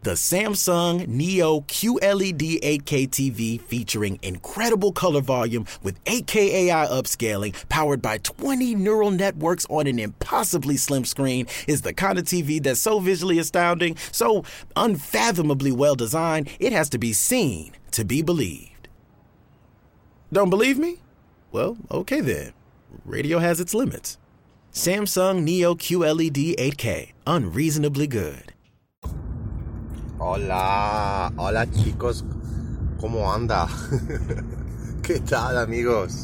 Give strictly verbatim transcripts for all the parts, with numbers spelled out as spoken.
The Samsung Neo Q L E D eight K T V featuring incredible color volume with eight K A I upscaling powered by twenty neural networks on an impossibly slim screen is the kind of T V that's so visually astounding, so unfathomably well designed, it has to be seen to be believed. Don't believe me? Well, okay then. Radio has its limits. Samsung Neo Q L E D eight K, unreasonably good. Hola, hola chicos, ¿cómo anda? ¿Qué tal amigos?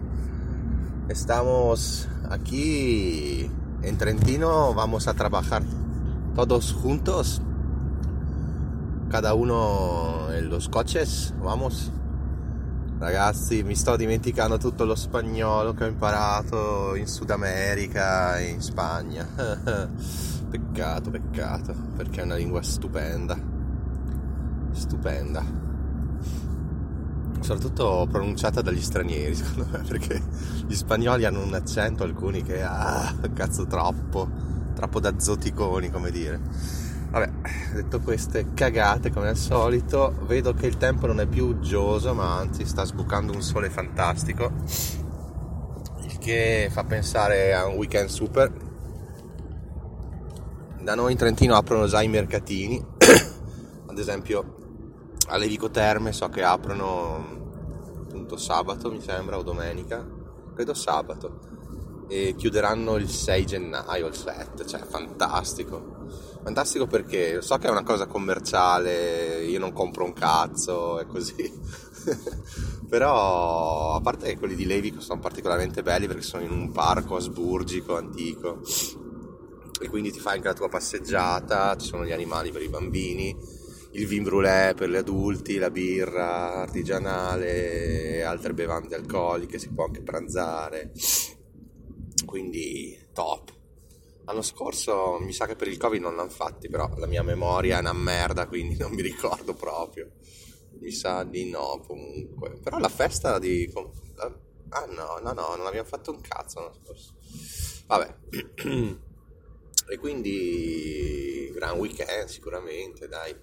Estamos aquí en Trentino, vamos a trabajar todos juntos, cada uno en los coches, vamos. Ragazzi, mi sto dimenticando tutto lo spagnolo che ho imparato in Sud America e in Spagna. Peccato, peccato, perché è una lingua stupenda. Stupenda. Soprattutto pronunciata dagli stranieri, secondo me, perché gli spagnoli hanno un accento, alcuni che ah, cazzo troppo, troppo da zoticoni, come dire. Vabbè, detto queste cagate come al solito, vedo che il tempo non è più uggioso, ma anzi sta sbucando un sole fantastico, il che fa pensare a un weekend super. Da noi in Trentino aprono già i mercatini, ad esempio a Levico Terme so che aprono appunto sabato, mi sembra, o domenica, credo sabato, e chiuderanno il sei gennaio, il sette, cioè fantastico. Fantastico perché so che è una cosa commerciale, io non compro un cazzo e così, però a parte che quelli di Levico sono particolarmente belli perché sono in un parco asburgico, antico, e quindi ti fai anche la tua passeggiata, ci sono gli animali per i bambini, il vin brûlé per gli adulti, la birra artigianale e altre bevande alcoliche, si può anche pranzare, quindi top. L'anno scorso mi sa che per il Covid non l'hanno fatti, però la mia memoria è una merda, quindi non mi ricordo proprio. Mi sa di no comunque. Però la festa di... Ah no, no, no, non abbiamo fatto un cazzo l'anno scorso. Vabbè. E quindi gran weekend sicuramente, dai.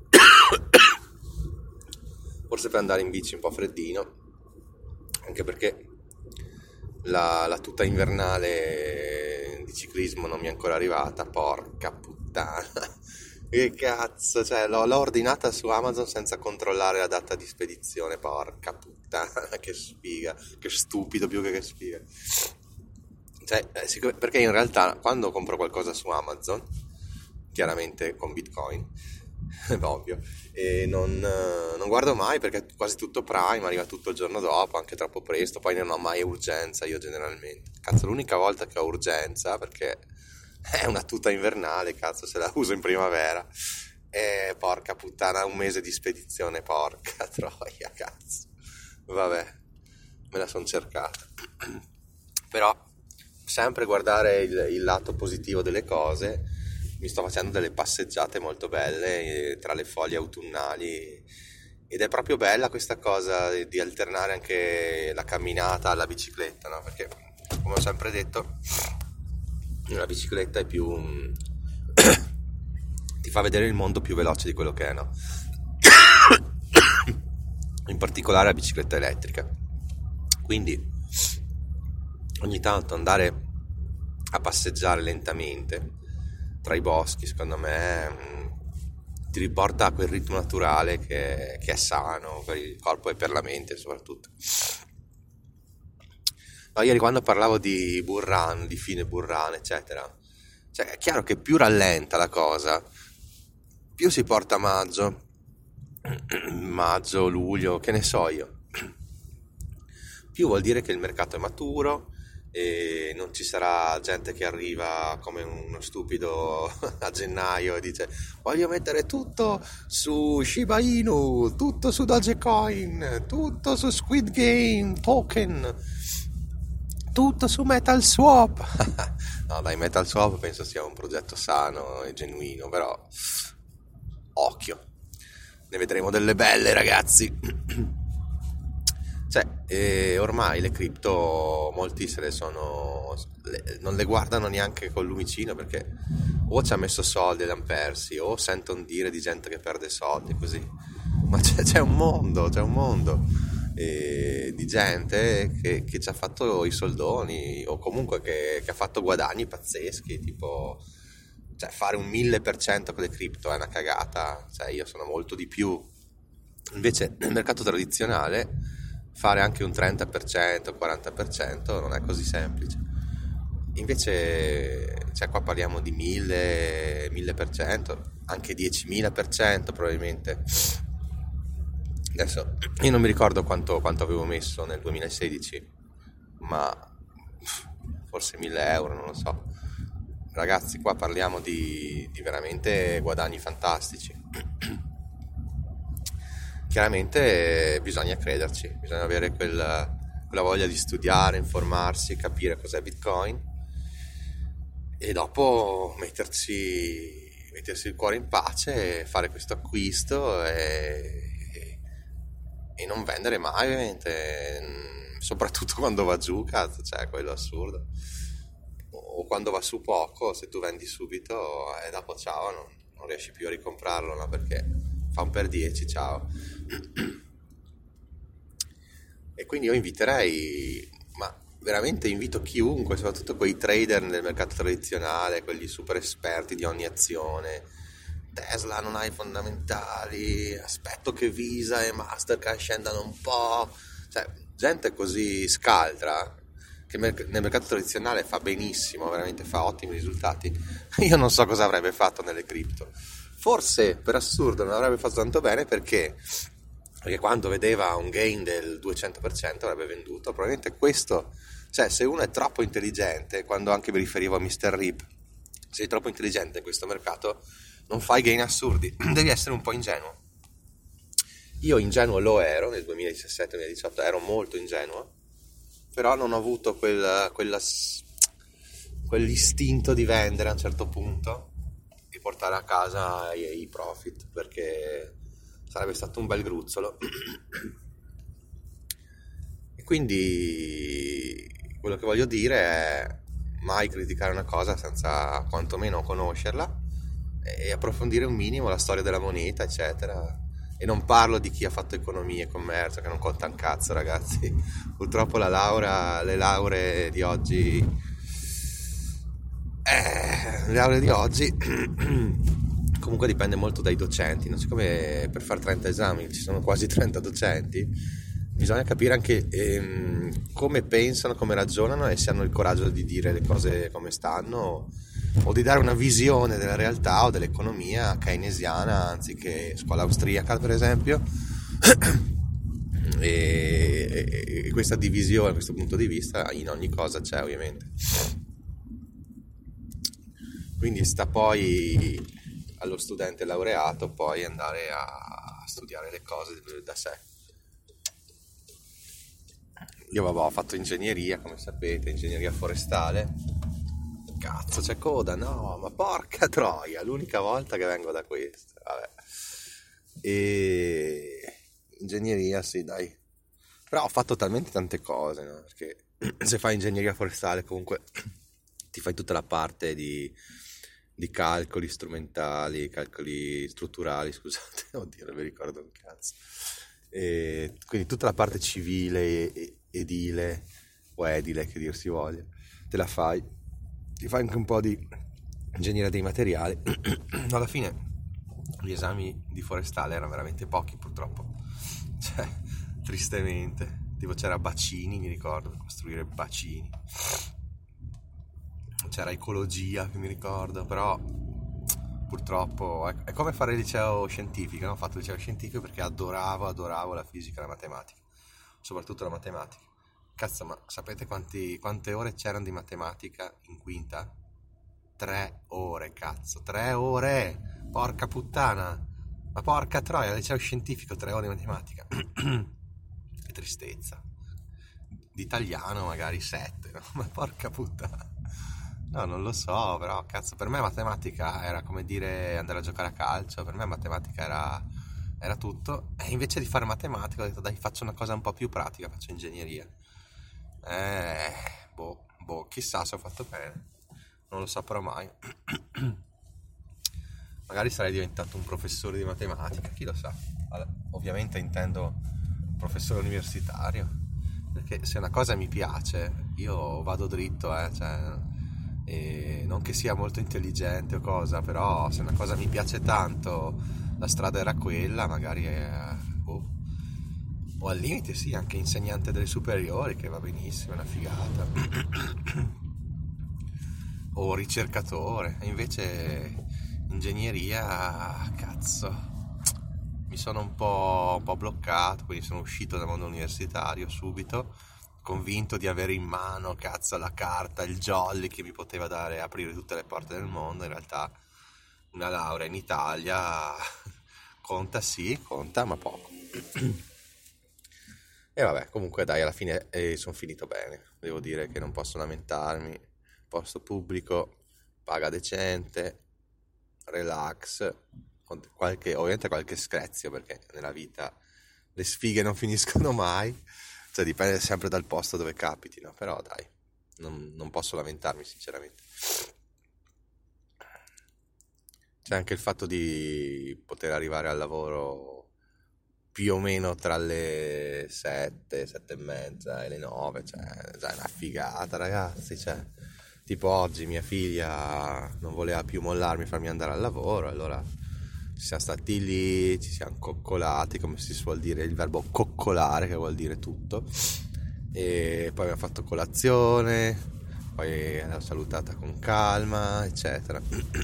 Forse per andare in bici un po' freddino, anche perché la, la tuta invernale di ciclismo non mi è ancora arrivata, porca puttana, che cazzo, cioè l'ho, l'ho ordinata su Amazon senza controllare la data di spedizione, porca puttana, che sfiga, che stupido più che che sfiga, cioè eh, sicur- perché in realtà quando compro qualcosa su Amazon, chiaramente con Bitcoin, è ovvio, e non, eh, non guardo mai perché è quasi tutto Prime, arriva tutto il giorno dopo, anche troppo presto, poi non ho mai urgenza io generalmente. Cazzo, l'unica volta che ho urgenza, perché è una tuta invernale, cazzo, se la uso in primavera, e porca puttana, un mese di spedizione, porca troia, cazzo. Vabbè, me la son cercata. Però sempre guardare il, il lato positivo delle cose. Mi sto facendo delle passeggiate molto belle tra le foglie autunnali ed è proprio bella questa cosa di alternare anche la camminata alla bicicletta, no? Perché come ho sempre detto la bicicletta è più ti fa vedere il mondo più veloce di quello che è, no? In particolare la bicicletta elettrica, quindi ogni tanto andare a passeggiare lentamente tra i boschi, secondo me mh, ti riporta a quel ritmo naturale che, che è sano per il corpo e per la mente soprattutto. No, ieri quando parlavo di Burran, di fine Burran eccetera, cioè è chiaro che più rallenta la cosa, più si porta a maggio maggio, luglio, che ne so io, più vuol dire che il mercato è maturo e non ci sarà gente che arriva come uno stupido a gennaio e dice voglio mettere tutto su Shiba Inu, tutto su Dogecoin, tutto su Squid Game token, tutto su Metal Swap. No dai, Metal Swap penso sia un progetto sano e genuino, però occhio, ne vedremo delle belle, ragazzi. Cioè, eh, ormai le cripto molti se le sono le- non le guardano neanche col lumicino, perché o ci ha messo soldi e l'hanno persi, o sentono dire di gente che perde soldi così. Ma c'è, c'è un mondo, c'è un mondo eh, di gente che, che ci ha fatto i soldoni, o comunque che, che ha fatto guadagni pazzeschi, tipo, cioè, fare un mille per cento con le cripto è una cagata. Cioè, io sono molto di più. Invece nel mercato tradizionale fare anche un trenta per cento, quaranta per cento non è così semplice. Invece, cioè, qua parliamo di mille, mille per cento, anche diecimila per cento probabilmente. Adesso io non mi ricordo quanto, quanto avevo messo nel duemilasedici, ma forse mille euro, non lo so. Ragazzi, qua parliamo di, di veramente guadagni fantastici. Chiaramente bisogna crederci, bisogna avere quel, quella voglia di studiare, informarsi, capire cos'è Bitcoin e dopo mettersi, mettersi il cuore in pace, fare questo acquisto e, e non vendere mai, ovviamente, soprattutto quando va giù, cazzo, cioè quello è assurdo. O quando va su poco, se tu vendi subito e dopo ciao, non, non riesci più a ricomprarlo, no? Perché fa un per dieci, ciao. E quindi io inviterei, ma veramente invito chiunque, soprattutto quei trader nel mercato tradizionale, quelli super esperti di ogni azione. Tesla non ha i fondamentali, aspetto che Visa e Mastercard scendano un po', cioè gente così scaltra che nel mercato tradizionale fa benissimo, veramente fa ottimi risultati. Io non so cosa avrebbe fatto nelle cripto. Forse per assurdo non avrebbe fatto tanto bene, perché perché quando vedeva un gain del duecento per cento avrebbe venduto. Probabilmente questo, cioè, se uno è troppo intelligente, quando anche mi riferivo a mister Rip, se sei troppo intelligente in questo mercato non fai gain assurdi, devi essere un po' ingenuo. Io ingenuo lo ero nel duemiladiciassette duemiladiciotto, ero molto ingenuo, però non ho avuto quel, quella, quell'istinto di vendere a un certo punto e portare a casa i, i profit, perché sarebbe stato un bel gruzzolo. E quindi quello che voglio dire è mai criticare una cosa senza quantomeno conoscerla e approfondire un minimo la storia della moneta, eccetera. E non parlo di chi ha fatto economia e commercio, che non conta un cazzo, ragazzi. Purtroppo la laurea, le lauree di oggi eh, le lauree di oggi comunque dipende molto dai docenti, no? Siccome per fare trenta esami ci sono quasi trenta docenti, bisogna capire anche ehm, come pensano, come ragionano e se hanno il coraggio di dire le cose come stanno, o di dare una visione della realtà o dell'economia keynesiana anziché scuola austriaca, per esempio. e, e questa divisione, questo punto di vista in ogni cosa c'è, ovviamente. Quindi sta poi allo studente laureato poi andare a studiare le cose da sé. Io vabbè, ho fatto ingegneria, come sapete, ingegneria forestale. Cazzo, c'è coda? No, ma porca troia, l'unica volta che vengo da questo. Vabbè. E ingegneria, sì, dai. Però ho fatto talmente tante cose, no? Perché se fai ingegneria forestale comunque ti fai tutta la parte di, di calcoli strumentali, calcoli strutturali, scusate, oddio, non mi ricordo un cazzo. E quindi tutta la parte civile, edile o edile, che dir si voglia, te la fai. Ti fai anche un po' di ingegneria dei materiali. Alla fine gli esami di forestale erano veramente pochi, purtroppo, cioè tristemente, tipo c'era bacini, mi ricordo, costruire bacini, c'era ecologia, che mi ricordo, però purtroppo è come fare il liceo scientifico. No? Ho fatto il liceo scientifico perché adoravo, adoravo la fisica e la matematica, soprattutto la matematica. Cazzo, ma sapete quanti, quante ore c'erano di matematica in quinta? Tre ore, cazzo, tre ore! Porca puttana! Ma porca troia, al liceo scientifico tre ore di matematica. Che tristezza. Di italiano magari sette, no? Ma porca puttana. No, non lo so, però cazzo, per me matematica era come dire andare a giocare a calcio. Per me matematica era era tutto, e invece di fare matematica ho detto dai, faccio una cosa un po' più pratica, faccio ingegneria. Eh, boh, boh, chissà se ho fatto bene, non lo saprò mai. Magari sarei diventato un professore di matematica, chi lo sa. Allora, ovviamente intendo professore universitario, perché se una cosa mi piace io vado dritto, eh, cioè, e non che sia molto intelligente o cosa, però se una cosa mi piace tanto, la strada era quella, magari è, boh. O al limite sì, anche insegnante delle superiori, che va benissimo, è una figata. O ricercatore. E invece ingegneria, cazzo, mi sono un po', un po' bloccato, quindi sono uscito dal mondo universitario subito, convinto di avere in mano, cazzo, la carta, il jolly che mi poteva dare, aprire tutte le porte del mondo. In realtà una laurea in Italia conta, sì, conta, ma poco. E vabbè, comunque dai, alla fine eh, sono finito bene, devo dire che non posso lamentarmi, posto pubblico, paga decente, relax, con qualche, ovviamente qualche screzio, perché nella vita le sfighe non finiscono mai, cioè dipende sempre dal posto dove capitino, però dai, non, non posso lamentarmi sinceramente. C'è anche il fatto di poter arrivare al lavoro più o meno tra le sette, sette e mezza e le nove, cioè già è una figata, ragazzi, cioè tipo oggi mia figlia non voleva più mollarmi, farmi andare al lavoro, allora ci siamo stati lì, ci siamo coccolati, come si suol dire, il verbo coccolare, che vuol dire tutto, e poi abbiamo fatto colazione, poi l'ho salutata con calma, eccetera.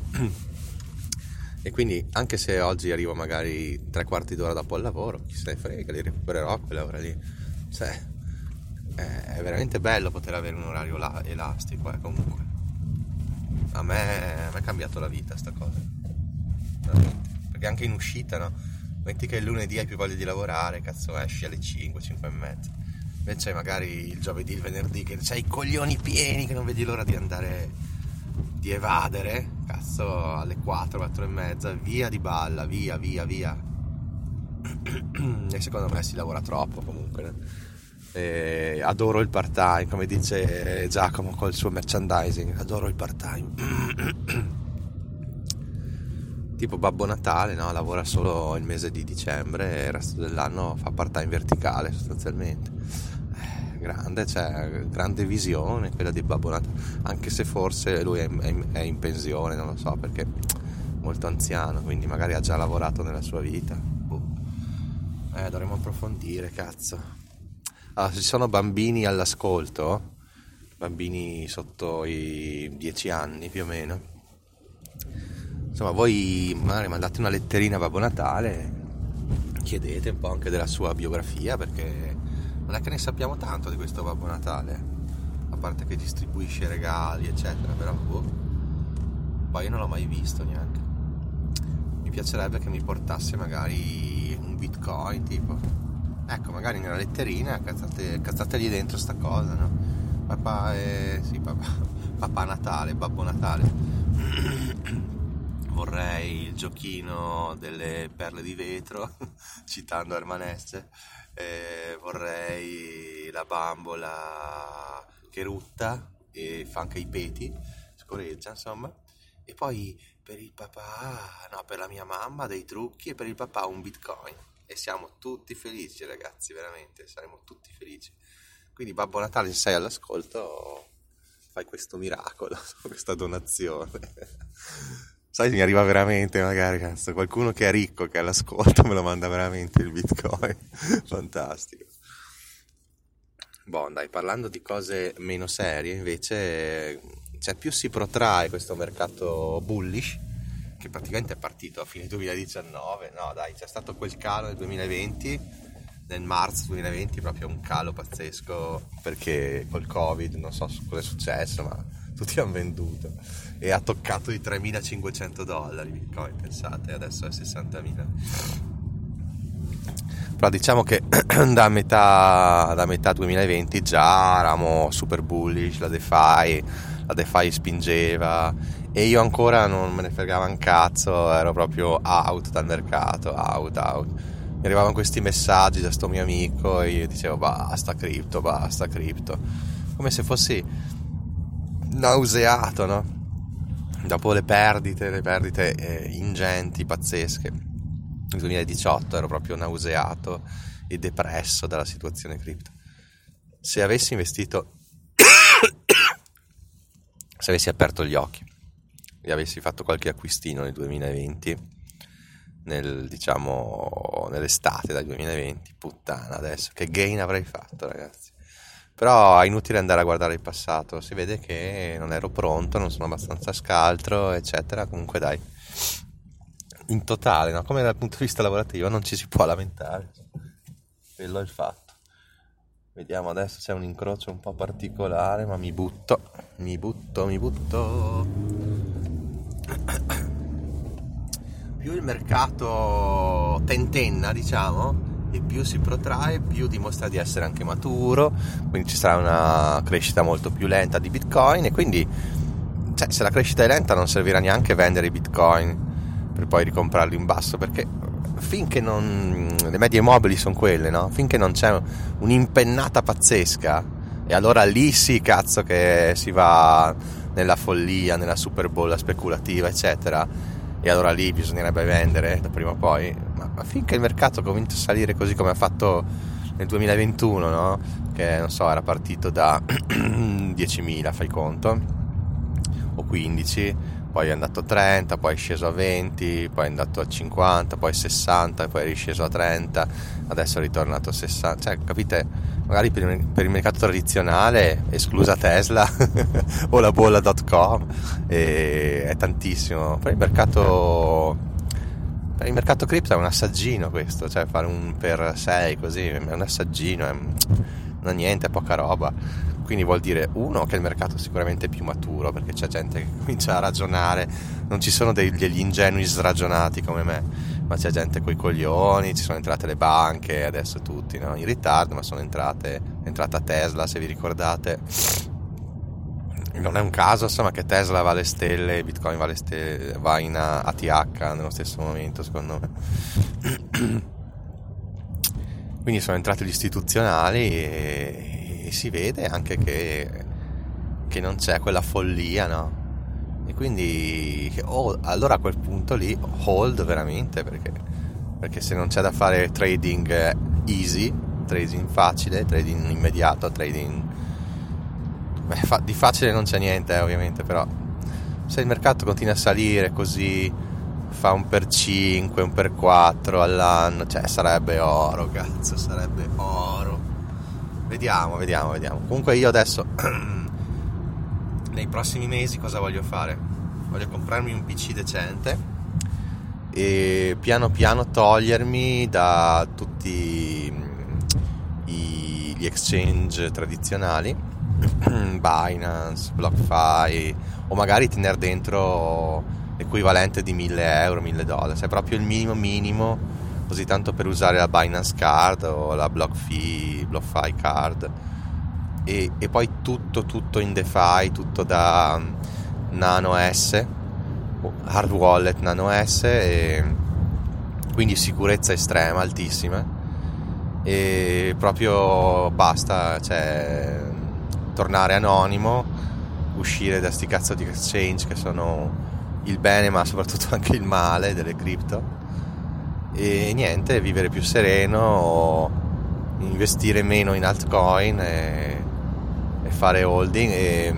E quindi anche se oggi arrivo magari tre quarti d'ora dopo il lavoro, chi se ne frega, li recupererò quella ora lì. Cioè, è veramente bello poter avere un orario la- elastico, eh, comunque. A me, a me è cambiato la vita sta cosa. Veramente. Perché anche in uscita, no? Metti che il lunedì hai più voglia di lavorare, cazzo, esci alle cinque, cinque e mezza. Invece magari il giovedì, il venerdì, che c'hai i coglioni pieni, che non vedi l'ora di andare, di evadere, cazzo, alle quattro, quattro e mezza, via di balla, via, via, via. E secondo me si lavora troppo comunque, no? E adoro il part time, come dice Giacomo col suo merchandising, adoro il part time. Tipo Babbo Natale, no? Lavora solo il mese di dicembre e il resto dell'anno fa part time verticale sostanzialmente. Eh, grande, cioè, grande visione quella di Babbo Natale, anche se forse lui è in, è in pensione, non lo so, perché è molto anziano, quindi magari ha già lavorato nella sua vita. Boh. Eh, dovremmo approfondire, cazzo. Allora, se ci sono bambini all'ascolto, bambini sotto i dieci anni più o meno, insomma, voi magari mandate una letterina a Babbo Natale, chiedete un po' anche della sua biografia, perché non è che ne sappiamo tanto di questo Babbo Natale, a parte che distribuisce regali eccetera, però boh, poi io non l'ho mai visto neanche. Mi piacerebbe che mi portasse magari un bitcoin, tipo, ecco, magari nella letterina cazzate, cazzategli dentro sta cosa, no? Papà è... sì, papà, papà Natale, Babbo Natale. Vorrei il giochino delle perle di vetro, citando Ermanesse, eh, vorrei la bambola che rutta e fa anche i peti, scoreggia, insomma, e poi per il papà, no, per la mia mamma dei trucchi, e per il papà un bitcoin, e siamo tutti felici, ragazzi, veramente, saremo tutti felici. Quindi Babbo Natale, se sei all'ascolto, fai questo miracolo, questa donazione. Sai, mi arriva veramente, magari, cazzo, qualcuno che è ricco, che è all'ascolto, me lo manda veramente il bitcoin. Fantastico. Boh, dai, parlando di cose meno serie, invece, cioè, più si protrae questo mercato bullish, che praticamente è partito a fine duemiladiciannove, no dai, c'è stato quel calo nel duemilaventi, nel marzo duemilaventi, proprio un calo pazzesco, perché col Covid, non so cosa è successo, ma tutti hanno venduto, e ha toccato i tremilacinquecento dollari Bitcoin, pensate, adesso è sessantamila. Però diciamo che da metà, da metà duemilaventi già eravamo super bullish, la DeFi, la DeFi spingeva, e io ancora non me ne fregava un cazzo, ero proprio out dal mercato, out, out. Mi arrivavano questi messaggi da sto mio amico e io dicevo basta cripto, basta cripto, come se fossi nauseato, no? Dopo le perdite, le perdite eh, ingenti, pazzesche, nel duemiladiciotto ero proprio nauseato e depresso dalla situazione cripto. Se avessi investito, se avessi aperto gli occhi e avessi fatto qualche acquistino nel duemilaventi, nel diciamo nell'estate del duemilaventi, puttana, adesso che gain avrei fatto, ragazzi. Però è inutile andare a guardare il passato, si vede che non ero pronto, non sono abbastanza scaltro, eccetera. Comunque dai, in totale, no? Come dal punto di vista lavorativo non ci si può lamentare, quello è il fatto. Vediamo, adesso c'è un incrocio un po' particolare, ma mi butto, mi butto, mi butto. Più il mercato tentenna, diciamo, e più si protrae, più dimostra di essere anche maturo, quindi ci sarà una crescita molto più lenta di Bitcoin, e quindi cioè, se la crescita è lenta non servirà neanche vendere i Bitcoin per poi ricomprarli in basso, perché finché non, le medie mobili sono quelle, no? Finché non c'è un'impennata pazzesca, e allora lì sì, cazzo, che si va nella follia, nella super bolla speculativa, eccetera, e allora lì bisognerebbe vendere da prima o poi. Ma, ma finché il mercato comincia a salire così come ha fatto nel duemilaventuno, no? Che non so, era partito da diecimila, fai conto, o quindici, poi è andato a trenta, poi è sceso a venti, poi è andato a cinquanta, poi sessanta, poi è risceso a trenta, adesso è ritornato a sessanta. Cioè, capite? Magari per il, per il mercato tradizionale, esclusa Tesla o la bolla dot com, e è tantissimo. Per il mercato per il mercato cripto è un assaggino questo, cioè fare un per sei così è un assaggino, è, non è niente, è poca roba. Quindi vuol dire, uno, che il mercato è sicuramente più maturo, perché c'è gente che comincia a ragionare, non ci sono dei, degli ingenui sragionati come me, ma c'è gente coi coglioni, ci sono entrate le banche, adesso tutti, no? In ritardo, ma sono entrate, è entrata Tesla, se vi ricordate. Non è un caso, insomma, che Tesla va alle stelle e Bitcoin va, alle stelle, va in A T H nello stesso momento, secondo me. Quindi sono entrati gli istituzionali e E si vede anche che, che non c'è quella follia, no? E quindi oh, allora a quel punto lì hold veramente, perché, perché se non c'è da fare trading easy, trading facile, trading immediato, trading beh, fa, di facile non c'è niente, eh, ovviamente, però se il mercato continua a salire così, fa un per cinque, un per quattro all'anno, cioè sarebbe oro, cazzo, sarebbe oro. Vediamo, vediamo, vediamo. Comunque io adesso nei prossimi mesi cosa voglio fare? Voglio comprarmi un P C decente e piano piano togliermi da tutti i, gli exchange tradizionali, Binance, BlockFi, o magari tenere dentro l'equivalente di mille euro, mille dollari, cioè proprio il minimo minimo, così tanto per usare la Binance Card o la BlockFi, BlockFi Card, e, e poi tutto tutto in DeFi, tutto da Nano S, hard wallet Nano S, e quindi sicurezza estrema, altissima, e proprio basta, cioè tornare anonimo, uscire da sti cazzo di exchange che sono il bene ma soprattutto anche il male delle cripto, e niente, vivere più sereno, investire meno in altcoin e, e fare holding e,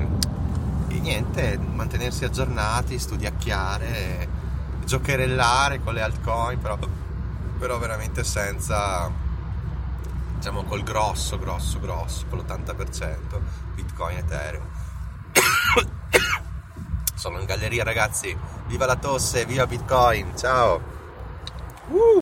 e niente, mantenersi aggiornati, studiacchiare, giocherellare con le altcoin, però, però veramente senza, diciamo, col grosso grosso grosso, con l'ottanta per cento Bitcoin, Ethereum. Sono in galleria, ragazzi, viva la tosse, viva Bitcoin, ciao. Uh.